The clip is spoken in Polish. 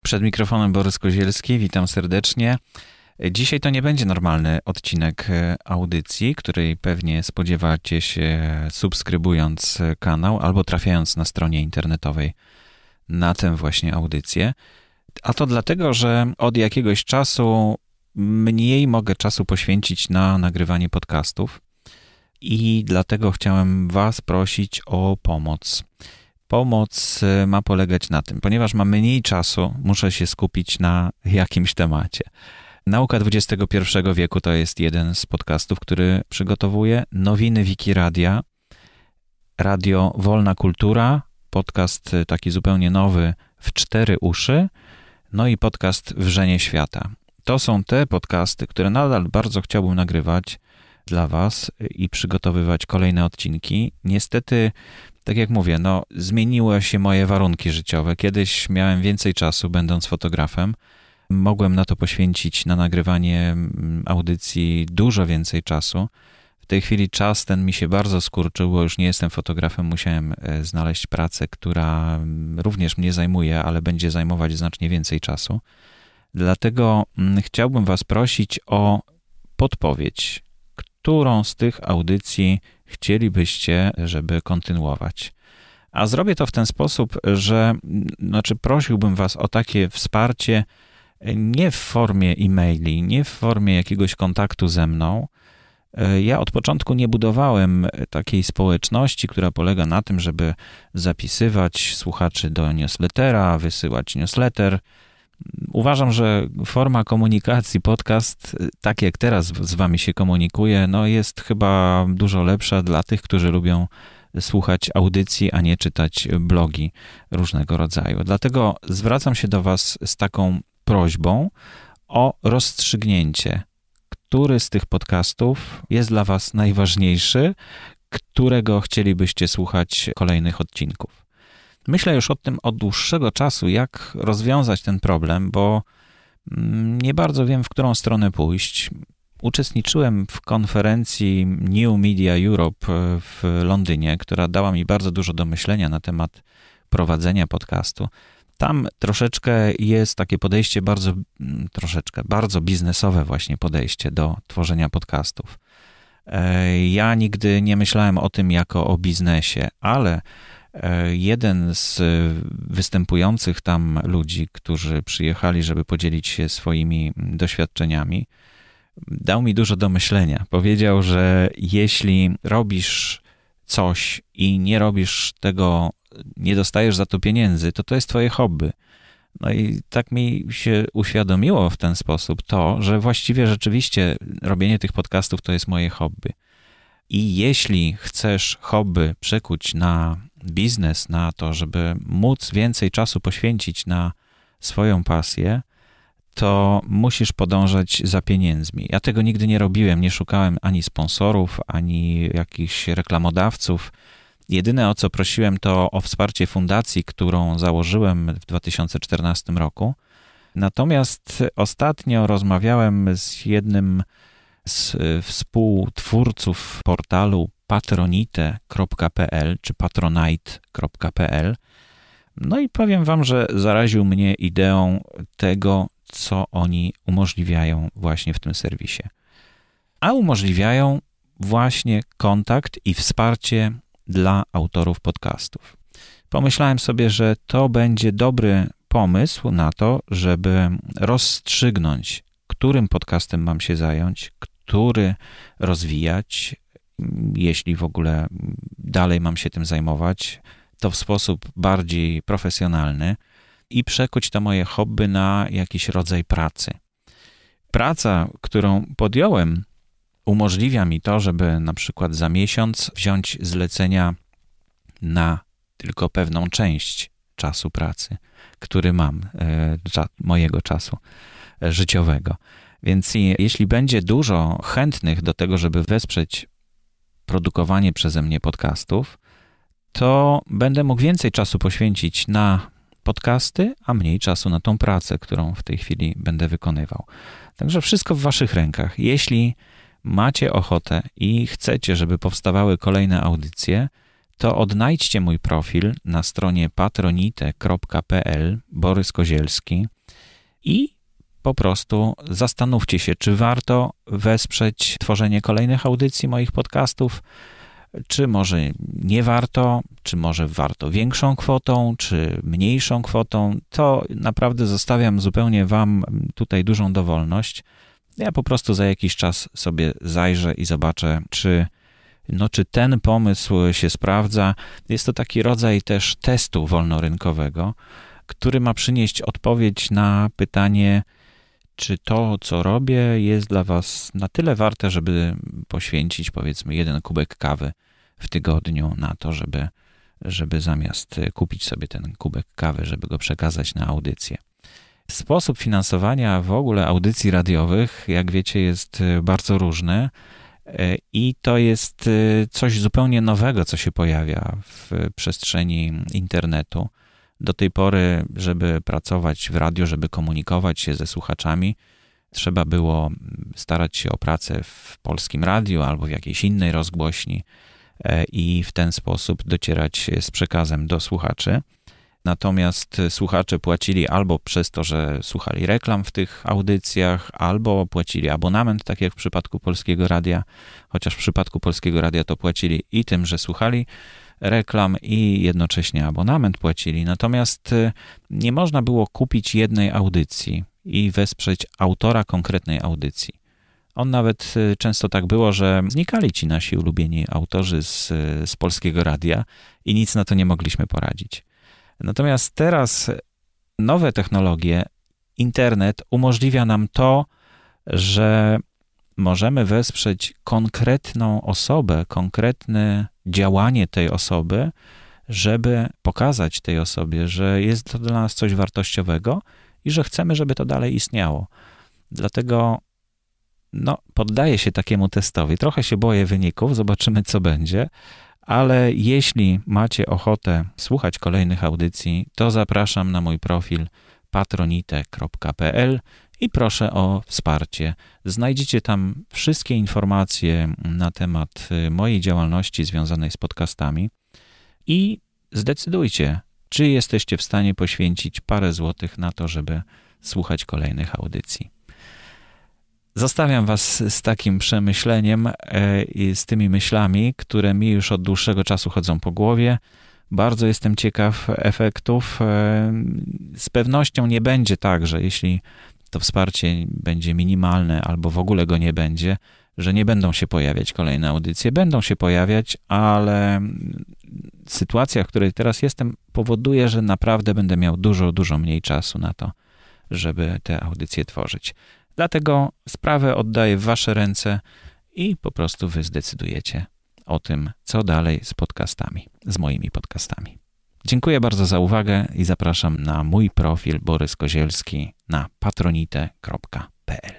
Przed mikrofonem Borys Kozielski, witam serdecznie. Dzisiaj to nie będzie normalny odcinek audycji, której pewnie spodziewacie się subskrybując kanał albo trafiając na stronie internetowej na tę właśnie audycję. A to dlatego, że od jakiegoś czasu mniej mogę czasu poświęcić na nagrywanie podcastów i dlatego chciałem Was prosić o pomoc. Pomoc ma polegać na tym, ponieważ mam mniej czasu, muszę się skupić na jakimś temacie. Nauka XXI wieku to jest jeden z podcastów, który przygotowuję. Nowiny Wikiradia, Radio Wolna Kultura, podcast taki zupełnie nowy w 4 uszy, no i podcast Wrzenie Świata. To są te podcasty, które nadal bardzo chciałbym nagrywać dla Was i przygotowywać kolejne odcinki. Niestety, tak jak mówię, zmieniły się moje warunki życiowe. Kiedyś miałem więcej czasu, będąc fotografem. Mogłem na to poświęcić, na nagrywanie audycji dużo więcej czasu. W tej chwili czas ten mi się bardzo skurczył, bo już nie jestem fotografem. Musiałem znaleźć pracę, która również mnie zajmuje, ale będzie zajmować znacznie więcej czasu. Dlatego chciałbym Was prosić o podpowiedź, którą z tych audycji chcielibyście, żeby kontynuować. A zrobię to w ten sposób, że prosiłbym Was o takie wsparcie nie w formie e-maili, nie w formie jakiegoś kontaktu ze mną. Ja od początku nie budowałem takiej społeczności, która polega na tym, żeby zapisywać słuchaczy do newslettera, wysyłać newsletter. Uważam, że forma komunikacji, podcast, tak jak teraz z Wami się komunikuję, jest chyba dużo lepsza dla tych, którzy lubią słuchać audycji, a nie czytać blogi różnego rodzaju. Dlatego zwracam się do Was z taką prośbą o rozstrzygnięcie, który z tych podcastów jest dla Was najważniejszy, którego chcielibyście słuchać kolejnych odcinków. Myślę już o tym od dłuższego czasu, jak rozwiązać ten problem, bo nie bardzo wiem, w którą stronę pójść. Uczestniczyłem w konferencji New Media Europe w Londynie, która dała mi bardzo dużo do myślenia na temat prowadzenia podcastu. Tam troszeczkę jest takie podejście bardzo biznesowe właśnie podejście do tworzenia podcastów. Ja nigdy nie myślałem o tym jako o biznesie, ale jeden z występujących tam ludzi, którzy przyjechali, żeby podzielić się swoimi doświadczeniami, dał mi dużo do myślenia. Powiedział, że jeśli robisz coś i nie robisz tego, nie dostajesz za to pieniędzy, to jest twoje hobby. No i tak mi się uświadomiło w ten sposób to, że właściwie rzeczywiście robienie tych podcastów to jest moje hobby. I jeśli chcesz hobby przekuć na biznes, na to, żeby móc więcej czasu poświęcić na swoją pasję, to musisz podążać za pieniędzmi. Ja tego nigdy nie robiłem, nie szukałem ani sponsorów, ani jakichś reklamodawców. Jedyne, o co prosiłem, to o wsparcie fundacji, którą założyłem w 2014 roku. Natomiast ostatnio rozmawiałem z jednym z współtwórców portalu patronite.pl czy patronite.pl. No i powiem Wam, że zaraził mnie ideą tego, co oni umożliwiają właśnie w tym serwisie. A umożliwiają właśnie kontakt i wsparcie dla autorów podcastów. Pomyślałem sobie, że to będzie dobry pomysł na to, żeby rozstrzygnąć, którym podcastem mam się zająć, który rozwijać, jeśli w ogóle dalej mam się tym zajmować, to w sposób bardziej profesjonalny i przekuć to moje hobby na jakiś rodzaj pracy. Praca, którą podjąłem, umożliwia mi to, żeby na przykład za miesiąc wziąć zlecenia na tylko pewną część czasu pracy, który mam, mojego czasu życiowego. Więc jeśli będzie dużo chętnych do tego, żeby wesprzeć produkowanie przeze mnie podcastów, to będę mógł więcej czasu poświęcić na podcasty, a mniej czasu na tą pracę, którą w tej chwili będę wykonywał. Także wszystko w Waszych rękach. Jeśli macie ochotę i chcecie, żeby powstawały kolejne audycje, to odnajdźcie mój profil na stronie patronite.pl Borys Kozielski. i po prostu zastanówcie się, czy warto wesprzeć tworzenie kolejnych audycji moich podcastów, czy może nie warto, czy może warto większą kwotą, czy mniejszą kwotą. To naprawdę zostawiam zupełnie wam tutaj dużą dowolność. Ja po prostu za jakiś czas sobie zajrzę i zobaczę, czy ten pomysł się sprawdza. Jest to taki rodzaj też testu wolnorynkowego, który ma przynieść odpowiedź na pytanie, czy to, co robię, jest dla was na tyle warte, żeby poświęcić, powiedzmy, 1 kubek kawy w tygodniu na to, żeby zamiast kupić sobie ten kubek kawy, żeby go przekazać na audycję. Sposób finansowania w ogóle audycji radiowych, jak wiecie, jest bardzo różny i to jest coś zupełnie nowego, co się pojawia w przestrzeni internetu. Do tej pory, żeby pracować w radiu, żeby komunikować się ze słuchaczami, trzeba było starać się o pracę w Polskim Radiu albo w jakiejś innej rozgłośni i w ten sposób docierać z przekazem do słuchaczy. Natomiast słuchacze płacili albo przez to, że słuchali reklam w tych audycjach, albo płacili abonament, tak jak w przypadku Polskiego Radia, chociaż w przypadku Polskiego Radia to płacili i tym, że słuchali reklam i jednocześnie abonament płacili. Natomiast nie można było kupić jednej audycji i wesprzeć autora konkretnej audycji. On nawet często tak było, że znikali ci nasi ulubieni autorzy z Polskiego Radia i nic na to nie mogliśmy poradzić. Natomiast teraz nowe technologie, internet umożliwia nam to, że możemy wesprzeć konkretną osobę, konkretne działanie tej osoby, żeby pokazać tej osobie, że jest to dla nas coś wartościowego i że chcemy, żeby to dalej istniało. Dlatego poddaję się takiemu testowi. Trochę się boję wyników, zobaczymy, co będzie, ale jeśli macie ochotę słuchać kolejnych audycji, to zapraszam na mój profil patronite.pl i proszę o wsparcie. Znajdziecie tam wszystkie informacje na temat mojej działalności związanej z podcastami i zdecydujcie, czy jesteście w stanie poświęcić parę złotych na to, żeby słuchać kolejnych audycji. Zostawiam was z takim przemyśleniem i z tymi myślami, które mi już od dłuższego czasu chodzą po głowie. Bardzo jestem ciekaw efektów. Z pewnością nie będzie tak, że jeśli to wsparcie będzie minimalne albo w ogóle go nie będzie, że nie będą się pojawiać kolejne audycje. Będą się pojawiać, ale sytuacja, w której teraz jestem, powoduje, że naprawdę będę miał dużo mniej czasu na to, żeby te audycje tworzyć. Dlatego sprawę oddaję w wasze ręce i po prostu wy zdecydujecie o tym, co dalej z podcastami, z moimi podcastami. Dziękuję bardzo za uwagę i zapraszam na mój profil Borys Kozielski na patronite.pl.